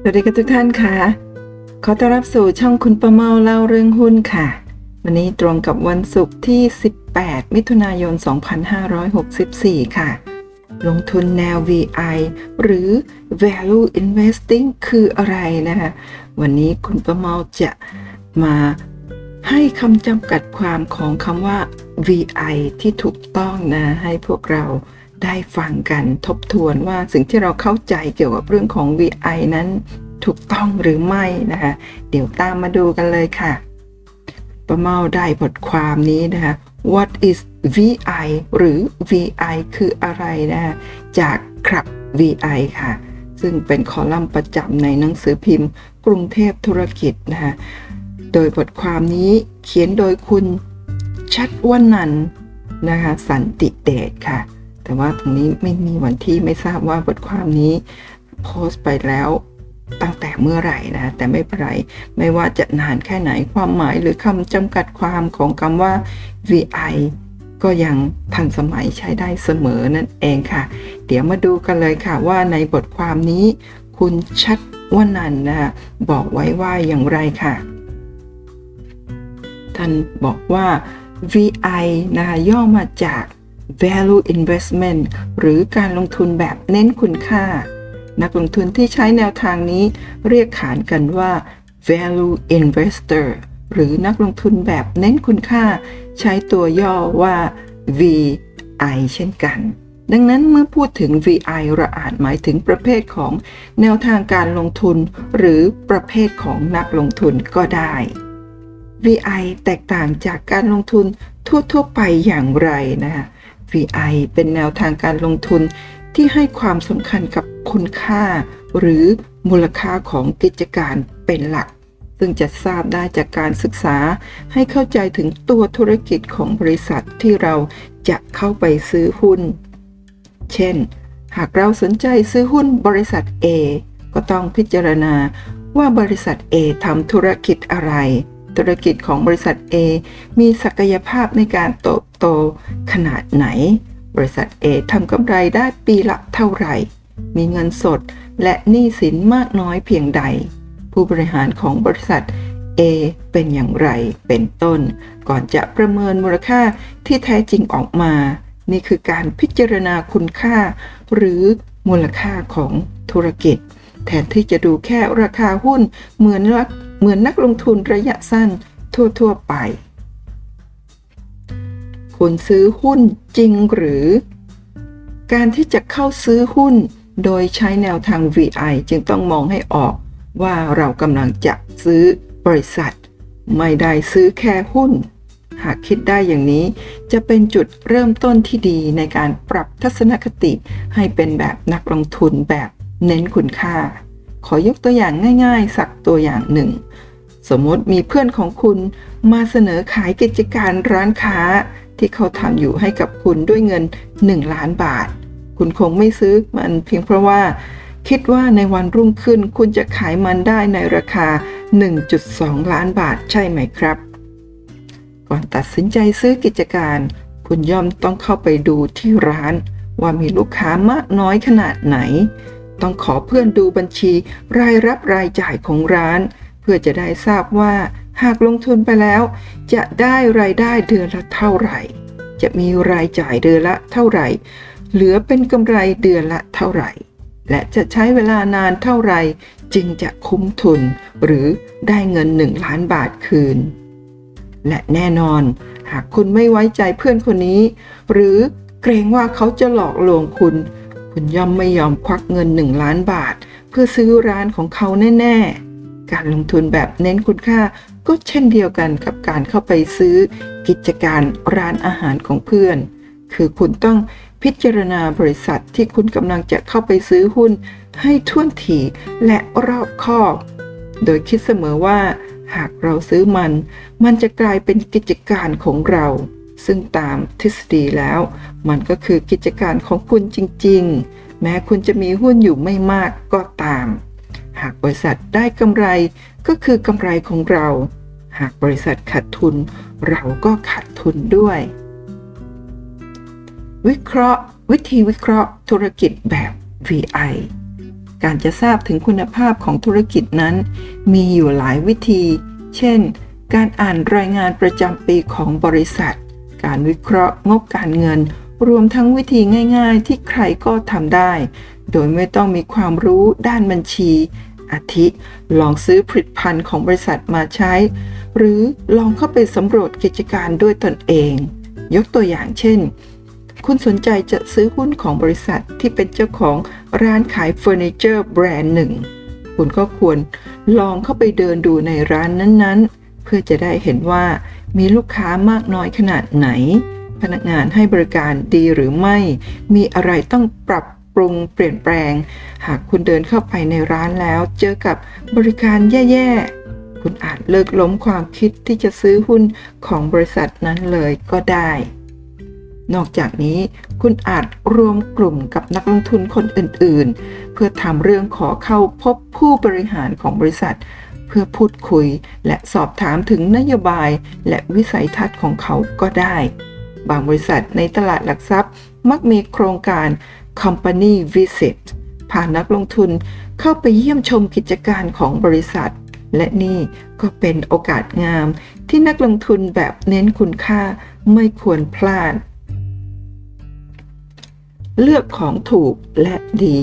วัสดีค่ะทุกท่านค่ะขอต้อนรับสู่ช่องคุณประเมาเล่าเรื่องหุ้นค่ะวันนี้ตรงกับวันศุกร์ที่18มิถุนายน2564ค่ะลงทุนแนว VI หรือ Value Investing คืออะไรนะคะวันนี้คุณประเมาจะมาให้คำจำกัดความของคำว่า VI ที่ถูกต้องนะให้พวกเราได้ฟังกันทบทวนว่าสิ่งที่เราเข้าใจเกี่ยวกับเรื่องของ VI นั้นถูกต้องหรือไม่นะคะเดี๋ยวตามมาดูกันเลยค่ะประเมาได้บทความนี้นะคะ What is VI หรือ VI คืออะไรนะคะจากครับ VI ค่ะซึ่งเป็นคอลัมน์ประจำในหนังสือพิมพ์กรุงเทพธุรกิจนะคะโดยบทความนี้เขียนโดยคุณชัดวนันท์นะคะสันติเดชค่ะแต่ว่าตรงนี้ไม่มีวันที่ไม่ทราบว่าบทความนี้โพสต์ไปแล้วตั้งแต่เมื่อไหร่นะแต่ไม่เป็นไรไม่ว่าจะนานแค่ไหนความหมายหรือคำจำกัดความของคำว่า VI ก็ยังทันสมัยใช้ได้เสมอนั่นเองค่ะเดี๋ยวมาดูกันเลยค่ะว่าในบทความนี้คุณชัดวนันท์นะคะบอกไว้ว่าอย่างไรค่ะท่านบอกว่า VI นะคะย่อมาจาก Value Investment หรือการลงทุนแบบเน้นคุณค่านักลงทุนที่ใช้แนวทางนี้เรียกขานกันว่า Value Investor หรือนักลงทุนแบบเน้นคุณค่าใช้ตัวย่อว่า VI เช่นกันดังนั้นเมื่อพูดถึง VI เราอาจหมายถึงประเภทของแนวทางการลงทุนหรือประเภทของนักลงทุนก็ได้ VI แตกต่างจากการลงทุนทั่วๆไปอย่างไรนะคะ VI เป็นแนวทางการลงทุนที่ให้ความสำคัญกับคุณค่าหรือมูลค่าของกิจการเป็นหลักซึ่งจะทราบได้จากการศึกษาให้เข้าใจถึงตัวธุรกิจของบริษัทที่เราจะเข้าไปซื้อหุ้นเช่นหากเราสนใจซื้อหุ้นบริษัท A ก็ต้องพิจารณาว่าบริษัท A ทำธุรกิจอะไรธุรกิจของบริษัท A มีศักยภาพในการเติบโตขนาดไหนบริษัท A ทำกำไรได้ปีละเท่าไหร่มีเงินสดและหนี้สินมากน้อยเพียงใดผู้บริหารของบริษัท A เป็นอย่างไรเป็นต้นก่อนจะประเมินมูลค่าที่แท้จริงออกมานี่คือการพิจารณาคุณค่าหรือมูลค่าของธุรกิจแทนที่จะดูแค่ราคาหุ้นเหมือนนักลงทุนระยะสั้นทั่วไปคุณซื้อหุ้นจริงหรือการที่จะเข้าซื้อหุ้นโดยใช้แนวทาง VI จึงต้องมองให้ออกว่าเรากำลังจะซื้อบริษัทไม่ได้ซื้อแค่หุ้นหากคิดได้อย่างนี้จะเป็นจุดเริ่มต้นที่ดีในการปรับทัศนคติให้เป็นแบบนักลงทุนแบบเน้นคุณค่าขอยกตัวอย่างง่ายๆสักตัวอย่างหนึ่งสมมติมีเพื่อนของคุณมาเสนอขายกิจการร้านค้าที่เขาทำอยู่ให้กับคุณด้วยเงิน1 ล้านบาทคุณคงไม่ซื้อมันเพียงเพราะว่าคิดว่าในวันรุ่งขึ้นคุณจะขายมันได้ในราคา 1.2 ล้านบาทใช่ไหมครับก่อนตัดสินใจซื้อกิจการคุณย่อมต้องเข้าไปดูที่ร้านว่ามีลูกค้ามากน้อยขนาดไหนต้องขอเพื่อนดูบัญชีรายรับรายจ่ายของร้านเพื่อจะได้ทราบว่าหากลงทุนไปแล้วจะได้รายได้เดือนละเท่าไหร่จะมีรายจ่ายเดือนละเท่าไหร่เหลือเป็นกำไรเดือนละเท่าไหร่และจะใช้เวลานานเท่าไหร่จึงจะคุ้มทุนหรือได้เงิน1 ล้านบาทคืนและแน่นอนหากคุณไม่ไว้ใจเพื่อนคนนี้หรือเกรงว่าเขาจะหลอกลวงคุณย่อมไม่ยอมควักเงิน1 ล้านบาทเพื่อซื้อร้านของเขาแน่ๆการลงทุนแบบเน้นคุณค่าก็เช่นเดียวกันกับการเข้าไปซื้อกิจการร้านอาหารของเพื่อนคือคุณต้องพิจารณาบริษัทที่คุณกำลังจะเข้าไปซื้อหุ้นให้ถ้วนถี่และรอบคอบโดยคิดเสมอว่าหากเราซื้อมันจะกลายเป็นกิจการของเราซึ่งตามทฤษฎีแล้วมันก็คือกิจการของคุณจริงๆแม้คุณจะมีหุ้นอยู่ไม่มากก็ตามหากบริษัทได้กำไรก็คือกำไรของเราหากบริษัทขาดทุนเราก็ขาดทุนด้วยวิธีวิเคราะห์ธุรกิจแบบ VI การจะทราบถึงคุณภาพของธุรกิจนั้นมีอยู่หลายวิธี เช่น การอ่านรายงานประจำปีของบริษัท การวิเคราะห์งบการเงิน รวมทั้งวิธีง่ายๆที่ใครก็ทำได้ โดยไม่ต้องมีความรู้ด้านบัญชี อาทิลองซื้อผลิตภัณฑ์ของบริษัทมาใช้ หรือลองเข้าไปสำรวจกิจการด้วยตนเอง ยกตัวอย่างเช่น คุณสนใจจะซื้อหุ้นของบริษัทที่เป็นเจ้าของร้านขายเฟอร์นิเจอร์แบรนด์หนึ่ง คุณก็ควรลองเข้าไปเดินดูในร้านนั้นๆเพื่อจะได้เห็นว่ามีลูกค้ามากน้อยขนาดไหน พนักงานให้บริการดีหรือไม่ มีอะไรต้องปรับปรุงเปลี่ยนแปลง หากคุณเดินเข้าไปในร้านแล้วเจอกับบริการแย่ๆคุณอาจเลิกล้มความคิดที่จะซื้อหุ้นของบริษัทนั้นเลยก็ได้นอกจากนี้คุณอาจรวมกลุ่มกับนักลงทุนคนอื่นๆเพื่อทำเรื่องขอเข้าพบผู้บริหารของบริษัทเพื่อพูดคุยและสอบถามถึงนโยบายและวิสัยทัศน์ของเขาก็ได้บางบริษัทในตลาดหลักทรัพย์มักมีโครงการ Company Visit พานักลงทุนเข้าไปเยี่ยมชมกิจการของบริษัทและนี่ก็เป็นโอกาสงามที่นักลงทุนแบบเน้นคุณค่าไม่ควรพลาดเลือกของถูกและดี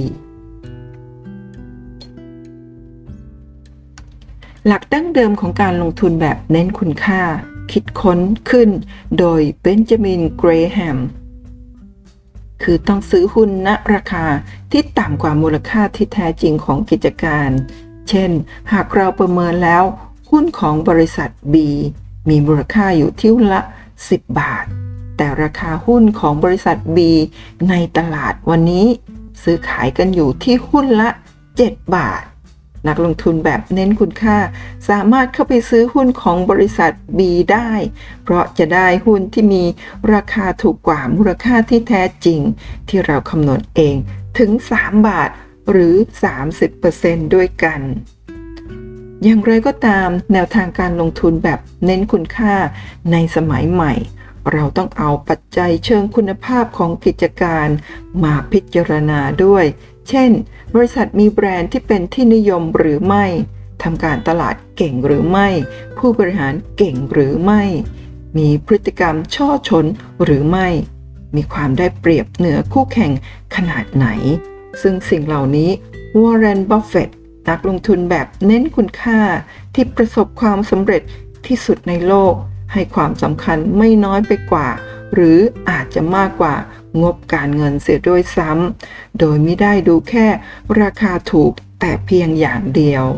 หลักดั้งเดิมของการลงทุนแบบเน้นคุณค่าคิดค้นขึ้นโดยเบนจามิน เกรแฮมคือต้องซื้อหุ้นณราคาที่ต่ำกว่ามูลค่าที่แท้จริงของกิจการเช่นหากเราประเมินแล้วหุ้นของบริษัท B มีมูลค่าอยู่ที่หุ้นละ10 บาทแต่ราคาหุ้นของบริษัท B ในตลาดวันนี้ซื้อขายกันอยู่ที่หุ้นละ7 บาทนักลงทุนแบบเน้นคุณค่าสามารถเข้าไปซื้อหุ้นของบริษัท B ได้เพราะจะได้หุ้นที่มีราคาถูกกว่ามูลค่าที่แท้จริงที่เราคำนวณเองถึง3 บาทหรือ 30% ด้วยกันอย่างไรก็ตามแนวทางการลงทุนแบบเน้นคุณค่าในสมัยใหม่เราต้องเอาปัจจัยเชิงคุณภาพของกิจการมาพิจารณาด้วยเช่นบริษัทมีแบรนด์ที่เป็นที่นิยมหรือไม่ทำการตลาดเก่งหรือไม่ผู้บริหารเก่งหรือไม่มีพฤติกรรมช่อชนหรือไม่มีความได้เปรียบเหนือคู่แข่งขนาดไหนซึ่งสิ่งเหล่านี้วอร์เรน บัฟเฟตต์นักลงทุนแบบเน้นคุณค่าที่ประสบความสำเร็จที่สุดในโลกให้ความสำคัญไม่น้อยไปกว่าหรืออาจจะมากกว่างบการเงินเสียด้วยซ้ำโดยไม่ได้ดูแค่ราคาถูกแต่เพียงอย่างเดียว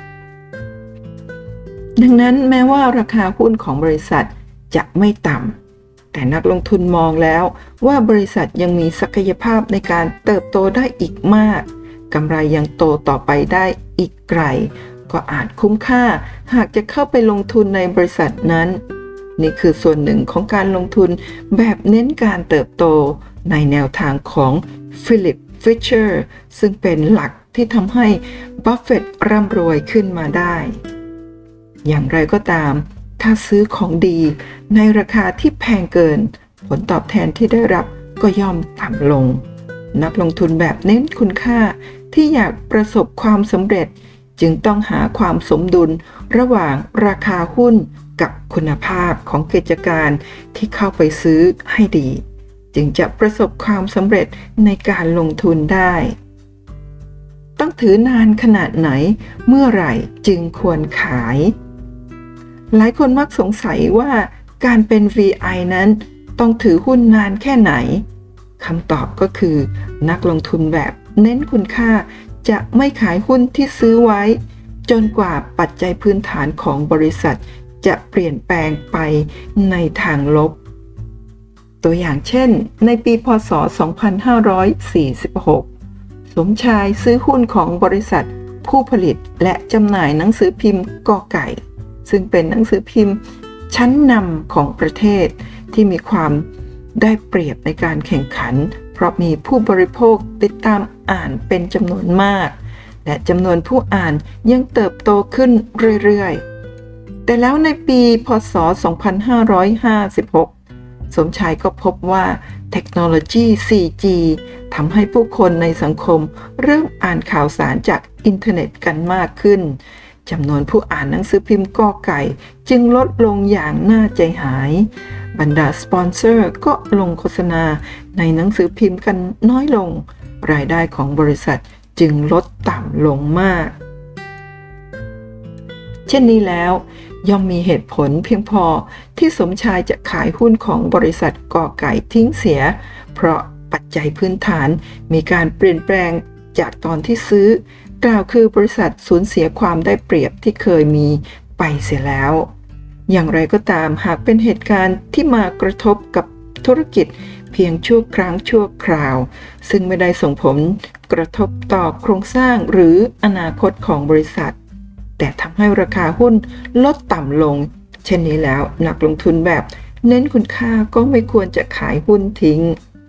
ดังนั้นแม้ว่าราคาหุ้นของบริษัทจะไม่ต่ำแต่นักลงทุนมองแล้วว่าบริษัทยังมีศักยภาพในการเติบโตได้อีกมากกำไรยังโตต่อไปได้อีกไกลก็อาจคุ้มค่าหากจะเข้าไปลงทุนในบริษัทนั้นนี่คือส่วนหนึ่งของการลงทุนแบบเน้นการเติบโตในแนวทางของฟิลิป ฟิชเชอร์ซึ่งเป็นหลักที่ทำให้บัฟเฟตต์ร่ำรวยขึ้นมาได้อย่างไรก็ตามถ้าซื้อของดีในราคาที่แพงเกินผลตอบแทนที่ได้รับก็ย่อมต่ำลงนักลงทุนแบบเน้นคุณค่าที่อยากประสบความสำเร็จจึงต้องหาความสมดุลระหว่างราคาหุ้นกับคุณภาพของกิจการที่เข้าไปซื้อให้ดีจึงจะประสบความสำเร็จในการลงทุนได้ต้องถือนานขนาดไหนเมื่อไหร่จึงควรขายหลายคนมักสงสัยว่าการเป็น VI นั้นต้องถือหุ้นนานแค่ไหนคำตอบก็คือนักลงทุนแบบเน้นคุณค่าจะไม่ขายหุ้นที่ซื้อไว้จนกว่าปัจจัยพื้นฐานของบริษัทจะเปลี่ยนแปลงไปในทางลบตัวอย่างเช่นในปีพ.ศ. 2546 สมชายซื้อหุ้นของบริษัทผู้ผลิตและจำหน่ายหนังสือพิมพ์กไก่ซึ่งเป็นหนังสือพิมพ์ชั้นนำของประเทศที่มีความได้เปรียบในการแข่งขันเพราะมีผู้บริโภคติดตามอ่านเป็นจำนวนมากและจำนวนผู้อ่านยังเติบโตขึ้นเรื่อยๆแต่แล้วในปีพ.ศ. 2556 สมชายก็พบว่าเทคโนโลยี 4G ทำให้ผู้คนในสังคมเริ่มอ่านข่าวสารจากอินเทอร์เน็ตกันมากขึ้นจำนวนผู้อ่านหนังสือพิมพ์กอไก่จึงลดลงอย่างน่าใจหายบรรดาสปอนเซอร์ก็ลงโฆษณาในหนังสือพิมพ์กันน้อยลงรายได้ของบริษัทจึงลดต่ำลงมากเช่นนี้แล้วย่อมมีเหตุผลเพียงพอที่สมชายจะขายหุ้นของบริษัทกอไก่ทิ้งเสียเพราะปัจจัยพื้นฐานมีการเปลี่ยนแปลงจากตอนที่ซื้อกล่าวคือบริษัทสูญเสียความได้เปรียบที่เคยมีไปเสียแล้วอย่างไรก็ตามหากเป็นเหตุการณ์ที่มากระทบกับธุรกิจเพียงชั่วครั้งชั่วคราวซึ่งไม่ได้ส่งผลกระทบต่อโครงสร้างหรืออนาคตของบริษัทแต่ทำให้ราคาหุ้นลดต่ำลงเช่นนี้แล้วนักลงทุนแบบเน้นคุณค่าก็ไม่ควรจะขายหุ้นทิ้ง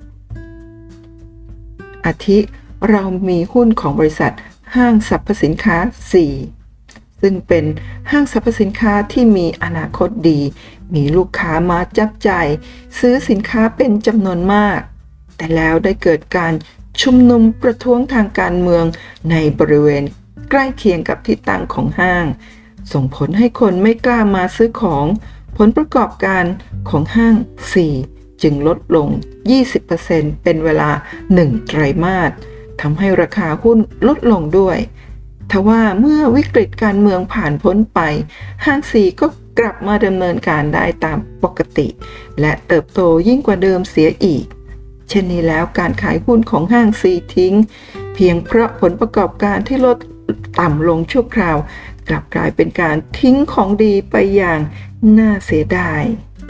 อาทิเรามีหุ้นของบริษัทห้างสรรพสินค้า 4 ซึ่งเป็นห้างสรรพสินค้าที่มีอนาคตดีมีลูกค้ามาจับจ่ายซื้อสินค้าเป็นจำนวนมากแต่แล้วได้เกิดการชุมนุมประท้วงทางการเมืองในบริเวณใกล้เคียงกับที่ตั้งของห้างส่งผลให้คนไม่กล้ามาซื้อของผลประกอบการของห้าง 4 จึงลดลง 20% เป็นเวลา 1 ไตรมาสทำให้ราคาหุ้นลดลงด้วยทว่าเมื่อวิกฤตการเมืองผ่านพ้นไปห้าง 4 ก็กลับมาดำเนินการได้ตามปกติและเติบโตยิ่งกว่าเดิมเสียอีกเช่นนี้แล้วการขายหุ้นของห้าง 4 ทิ้งเพียงเพราะผลประกอบการที่ลดต่ำลงชั่วคราวกลับกลายเป็นการทิ้งของดีไปอย่างน่าเสียดาย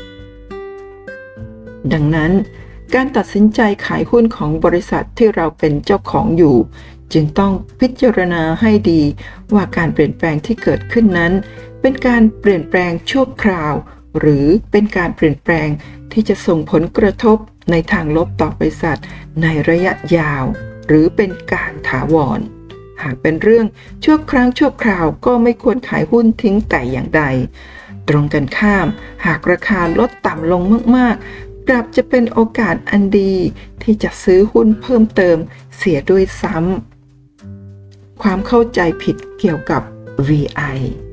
ดังนั้นการตัดสินใจขายหุ้นของบริษัทที่เราเป็นเจ้าของอยู่จึงต้องพิจารณาให้ดีว่าการเปลี่ยนแปลงที่เกิดขึ้นนั้นเป็นการเปลี่ยนแปลงชั่วคราวหรือเป็นการเปลี่ยนแปลงที่จะส่งผลกระทบในทางลบต่อบริษัทในระยะยาวหรือเป็นการถาวรหากเป็นเรื่องชั่วครั้งชั่วคราวก็ไม่ควรขายหุ้นทิ้งแต่อย่างใดตรงกันข้ามหากราคาลดต่ำลงมากๆกลับจะเป็นโอกาสอันดีที่จะซื้อหุ้นเพิ่มเติมเสียด้วยซ้ำความเข้าใจผิดเกี่ยวกับ VI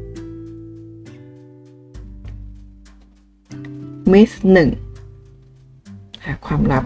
มิส 1 หาความลับ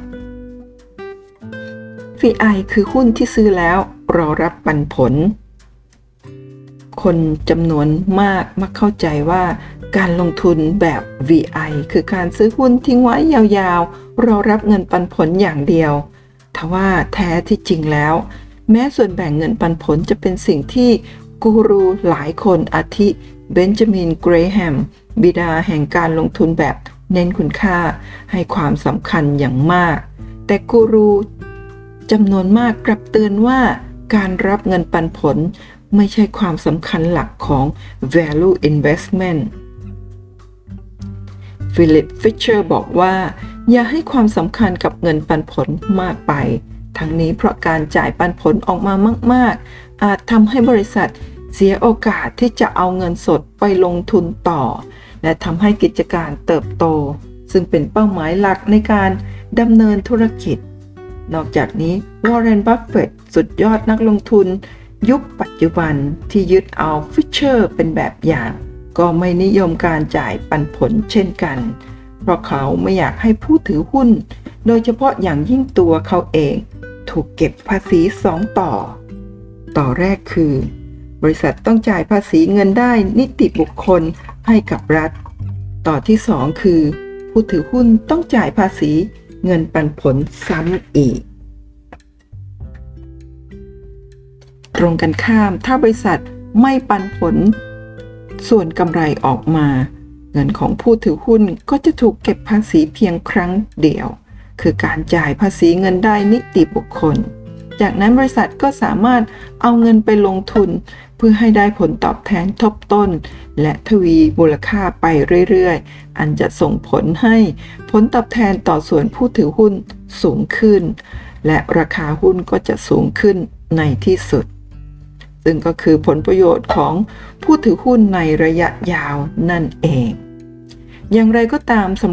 VI คือหุ้นที่ซื้อแล้วรอรับปันผลคนจำนวนมากมักเข้าใจว่าการลงทุนแบบ VI คือการซื้อหุ้นทิ้งไว้ยาวๆรอรับเงินปันผลอย่างเดียวทว่าแท้ที่จริงแล้วแม้ส่วนแบ่งเงินปันผลจะเป็นสิ่งที่กูรูหลายคนอาทิเบนจามิน เกรแฮมบิดาแห่งการลงทุนแบบเน้นคุณค่าให้ความสำคัญอย่างมากแต่กูรูจำนวนมากกลับเตือนว่าการรับเงินปันผลไม่ใช่ความสำคัญหลักของ value investment ฟิลิป ฟิชเชอร์บอกว่าอย่าให้ความสำคัญกับเงินปันผลมากไปทั้งนี้เพราะการจ่ายปันผลออกมามากๆอาจทำให้บริษัทเสียโอกาสที่จะเอาเงินสดไปลงทุนต่อและทำให้กิจการเติบโตซึ่งเป็นเป้าหมายหลักในการดำเนินธุรกิจนอกจากนี้วอร์เรน บัฟเฟตต์สุดยอดนักลงทุนยุคปัจจุบันที่ยึดเอาฟิชเชอร์เป็นแบบอย่างก็ไม่นิยมการจ่ายปันผลเช่นกันเพราะเขาไม่อยากให้ผู้ถือหุ้นโดยเฉพาะอย่างยิ่งตัวเขาเองถูกเก็บภาษี2ต่อแรกคือบริษัทต้องจ่ายภาษีเงินได้นิติบุคคลให้กับรัฐต่อที่2คือผู้ถือหุ้นต้องจ่ายภาษีเงินปันผลซ้ำอีกตรงกันข้ามถ้าบริษัทไม่ปันผลส่วนกำไรออกมาเงินของผู้ถือหุ้นก็จะถูกเก็บภาษีเพียงครั้งเดียวคือการจ่ายภาษีเงินได้นิติบุคคลจากนั้นบริษัทก็สามารถเอาเงินไปลงทุนเพื่อให้ได้ผลตอบแทนทบต้นและทวีมูลค่าไปเรื่อยๆอันจะส่งผลให้ผลตอบแทนต่อส่วนผู้ถือหุ้นสูงขึ้นและราคาหุ้นก็จะสูงขึ้นในที่สุดซึ่งก็คือผลประโยชน์ของผู้ถือหุ้นในระยะยาวนั่นเองอย่างไรก็ตามสำหรับ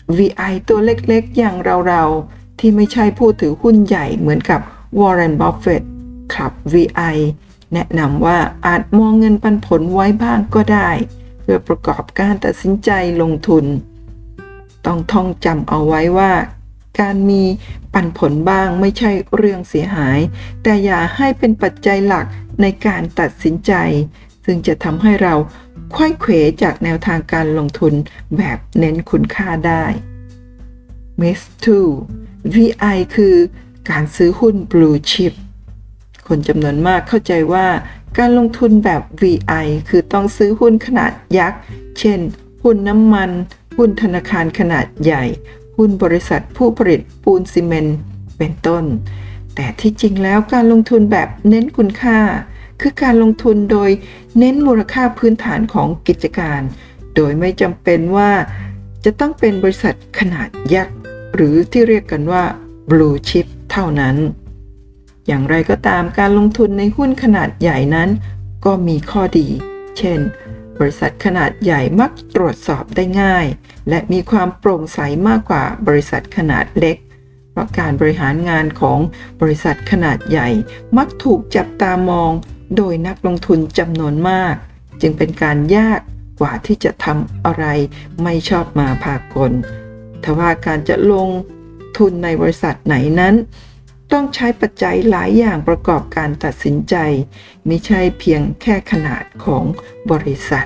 VI ตัวเล็กๆอย่างเราๆที่ไม่ใช่ผู้ถือหุ้นใหญ่เหมือนกับวอร์เรน บัฟเฟตต์คลับ VI แนะนำว่าอาจมองเงินปันผลไว้บ้างก็ได้เพื่อประกอบการตัดสินใจลงทุนต้องท่องจำเอาไว้ว่าการมีปันผลบ้างไม่ใช่เรื่องเสียหายแต่อย่าให้เป็นปัจจัยหลักในการตัดสินใจซึ่งจะทำให้เราไขว้เขวจากแนวทางการลงทุนแบบเน้นคุณค่าได้ Myth 2 VI คือการซื้อหุ้น Blue Chip คนจำนวนมากเข้าใจว่าการลงทุนแบบ VI คือต้องซื้อหุ้นขนาดยักษ์เช่นหุ้นน้ำมันหุ้นธนาคารขนาดใหญ่หุ้นบริษัทผู้ผลิตปูนซีเมนต์เป็นต้นแต่ที่จริงแล้วการลงทุนแบบเน้นคุณค่าคือการลงทุนโดยเน้นมูลค่าพื้นฐานของกิจการโดยไม่จำเป็นว่าจะต้องเป็นบริษัทขนาดยักษ์หรือที่เรียกกันว่า Blue Chip เท่านั้นอย่างไรก็ตามการลงทุนในหุ้นขนาดใหญ่นั้นก็มีข้อดีเช่นบริษัทขนาดใหญ่มักตรวจสอบได้ง่ายและมีความโปร่งใสมากกว่าบริษัทขนาดเล็กเพราะการบริหารงานของบริษัทขนาดใหญ่มักถูกจับตามองโดยนักลงทุนจำนวนมากจึงเป็นการยากกว่าที่จะทำอะไรไม่ชอบมาพากลทว่าการจะลงทุนในบริษัทไหนนั้นต้องใช้ปัจจัยหลายอย่างประกอบการตัดสินใจมิใช่เพียงแค่ขนาดของบริษัท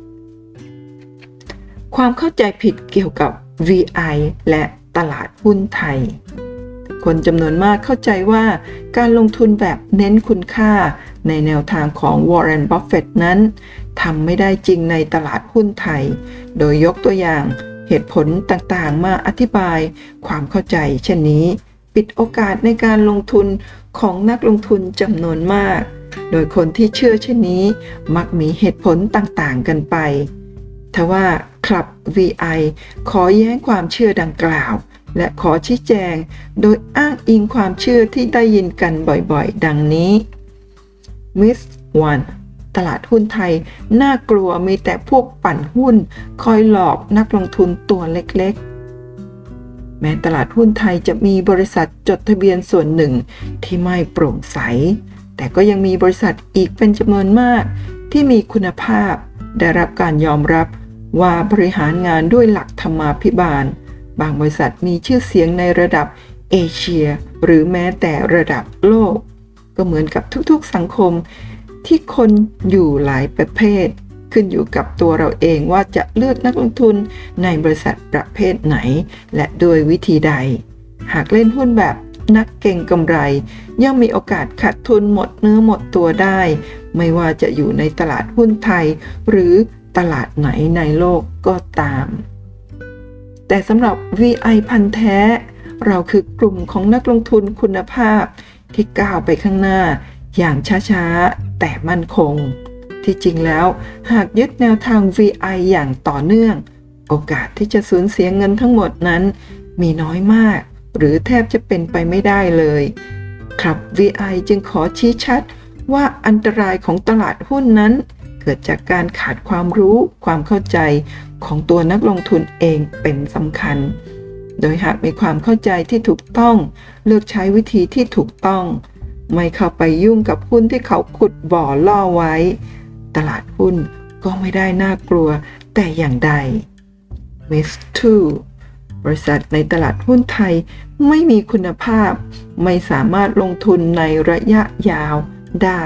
ความเข้าใจผิดเกี่ยวกับ VI และตลาดหุ้นไทยคนจำนวนมากเข้าใจว่าการลงทุนแบบเน้นคุณค่าในแนวทางของวอร์เรน บัฟเฟตต์นั้นทำไม่ได้จริงในตลาดหุ้นไทยโดยยกตัวอย่างเหตุผลต่างๆมาอธิบายความเข้าใจเช่นนี้ปิดโอกาสในการลงทุนของนักลงทุนจำนวนมากโดยคนที่เชื่อเช่นนี้มักมีเหตุผลต่างๆกันไปทว่าคลับ VI ขอแย้งความเชื่อดังกล่าวและขอชี้แจงโดยอ้างอิงความเชื่อที่ได้ยินกันบ่อยๆดังนี้ Myth 1 ตลาดหุ้นไทยน่ากลัวมีแต่พวกปั่นหุ้นคอยหลอกนักลงทุนตัวเล็กๆแม้ตลาดหุ้นไทยจะมีบริษัทจดทะเบียนส่วนหนึ่งที่ไม่โปร่งใสแต่ก็ยังมีบริษัทอีกเป็นจำนวนมากที่มีคุณภาพได้รับการยอมรับว่าบริหารงานด้วยหลักธรรมาภิบาลบางบริษัทมีชื่อเสียงในระดับเอเชียหรือแม้แต่ระดับโลกก็เหมือนกับทุกๆสังคมที่คนอยู่หลายประเภทขึ้นอยู่กับตัวเราเองว่าจะเลือกนักลงทุนในบริษัทประเภทไหนและโดยวิธีใดหากเล่นหุ้นแบบนักเก็งกำไรย่อมมีโอกาสขาดทุนหมดเนื้อหมดตัวได้ไม่ว่าจะอยู่ในตลาดหุ้นไทยหรือตลาดไหนในโลกก็ตามแต่สำหรับ VI พันธุ์แท้เราคือกลุ่มของนักลงทุนคุณภาพที่ก้าวไปข้างหน้าอย่างช้าๆแต่มั่นคงที่จริงแล้วหากยึดแนวทาง VI อย่างต่อเนื่องโอกาสที่จะสูญเสียเงินทั้งหมดนั้นมีน้อยมากหรือแทบจะเป็นไปไม่ได้เลยครับ VI จึงขอชี้ชัดว่าอันตรายของตลาดหุ้นนั้นเกิดจากการขาดความรู้ความเข้าใจของตัวนักลงทุนเองเป็นสำคัญโดยหากมีความเข้าใจที่ถูกต้องเลือกใช้วิธีที่ถูกต้องไม่เข้าไปยุ่งกับหุ้นที่เขาขุดบ่อล่อไว้ตลาดหุ้นก็ไม่ได้น่ากลัวแต่อย่างใด Myth 2 บริษัทในตลาดหุ้นไทยไม่มีคุณภาพไม่สามารถลงทุนในระยะยาวได้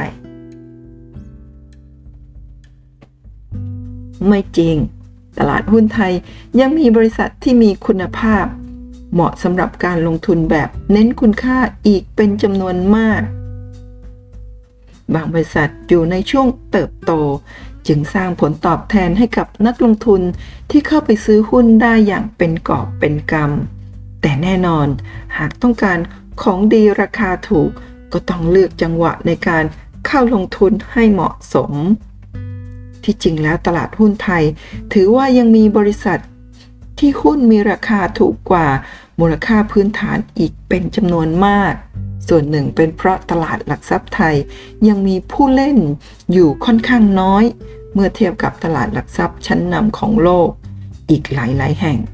ไม่จริงตลาดหุ้นไทยยังมีบริษัทที่มีคุณภาพเหมาะสำหรับการลงทุนแบบเน้นคุณค่าอีกเป็นจำนวนมากบางบริษัทอยู่ในช่วงเติบโตจึงสร้างผลตอบแทนให้กับนักลงทุนที่เข้าไปซื้อหุ้นได้อย่างเป็นกอบเป็นกำแต่แน่นอนหากต้องการของดีราคาถูกก็ต้องเลือกจังหวะในการเข้าลงทุนให้เหมาะสมที่จริงแล้วตลาดหุ้นไทยถือว่ายังมีบริษัทที่หุ้นมีราคาถูกกว่ามูลค่าพื้นฐานอีกเป็นจำนวนมากส่วนหนึ่งเป็นเพราะตลาดหลักทรัพย์ไทยยังมีผู้เล่นอยู่ค่อนข้างน้อยเมื่อเทียบกับตลาดหลักทรัพย์ชั้นนำของโลกอีกหลายแห่ง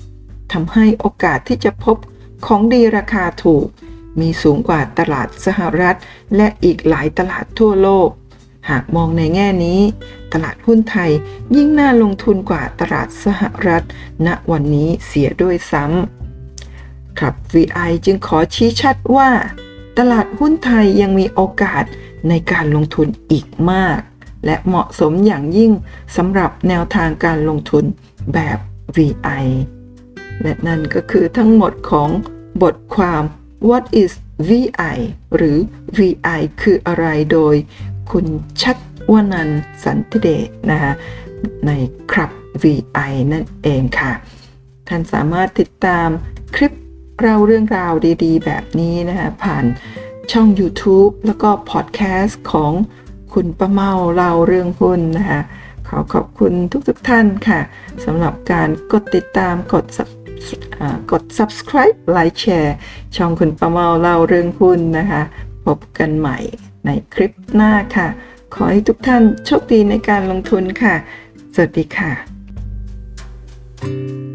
ทำให้โอกาสที่จะพบของดีราคาถูกมีสูงกว่าตลาดสหรัฐและอีกหลายตลาดทั่วโลกหากมองในแง่นี้ตลาดหุ้นไทยยิ่งน่าลงทุนกว่าตลาดสหรัฐณวันนี้เสียด้วยซ้ำครับ VI จึงขอชี้ชัดว่าตลาดหุ้นไทยยังมีโอกาสในการลงทุนอีกมากและเหมาะสมอย่างยิ่งสำหรับแนวทางการลงทุนแบบ VI และนั่นก็คือทั้งหมดของบทความ What is VI หรือ VI คืออะไรโดยคุณชัดวนันท์สันติเดชนะคะในครับ VI นั่นเองค่ะท่านสามารถติดตามคลิปเล่าเรื่องราวดีๆแบบนี้นะคะผ่านช่อง YouTube แล้วก็พอดแคสต์ของคุณป้าเมาเล่าเรื่องหุ้นนะคะขอบคุณทุกท่านค่ะสำหรับการกดติดตามกด subscribe ไลค์แชร์ช่องคุณป้าเมาเล่าเรื่องหุ้นนะคะพบกันใหม่ในคลิปหน้าค่ะขอให้ทุกท่านโชคดีในการลงทุนค่ะสวัสดีค่ะ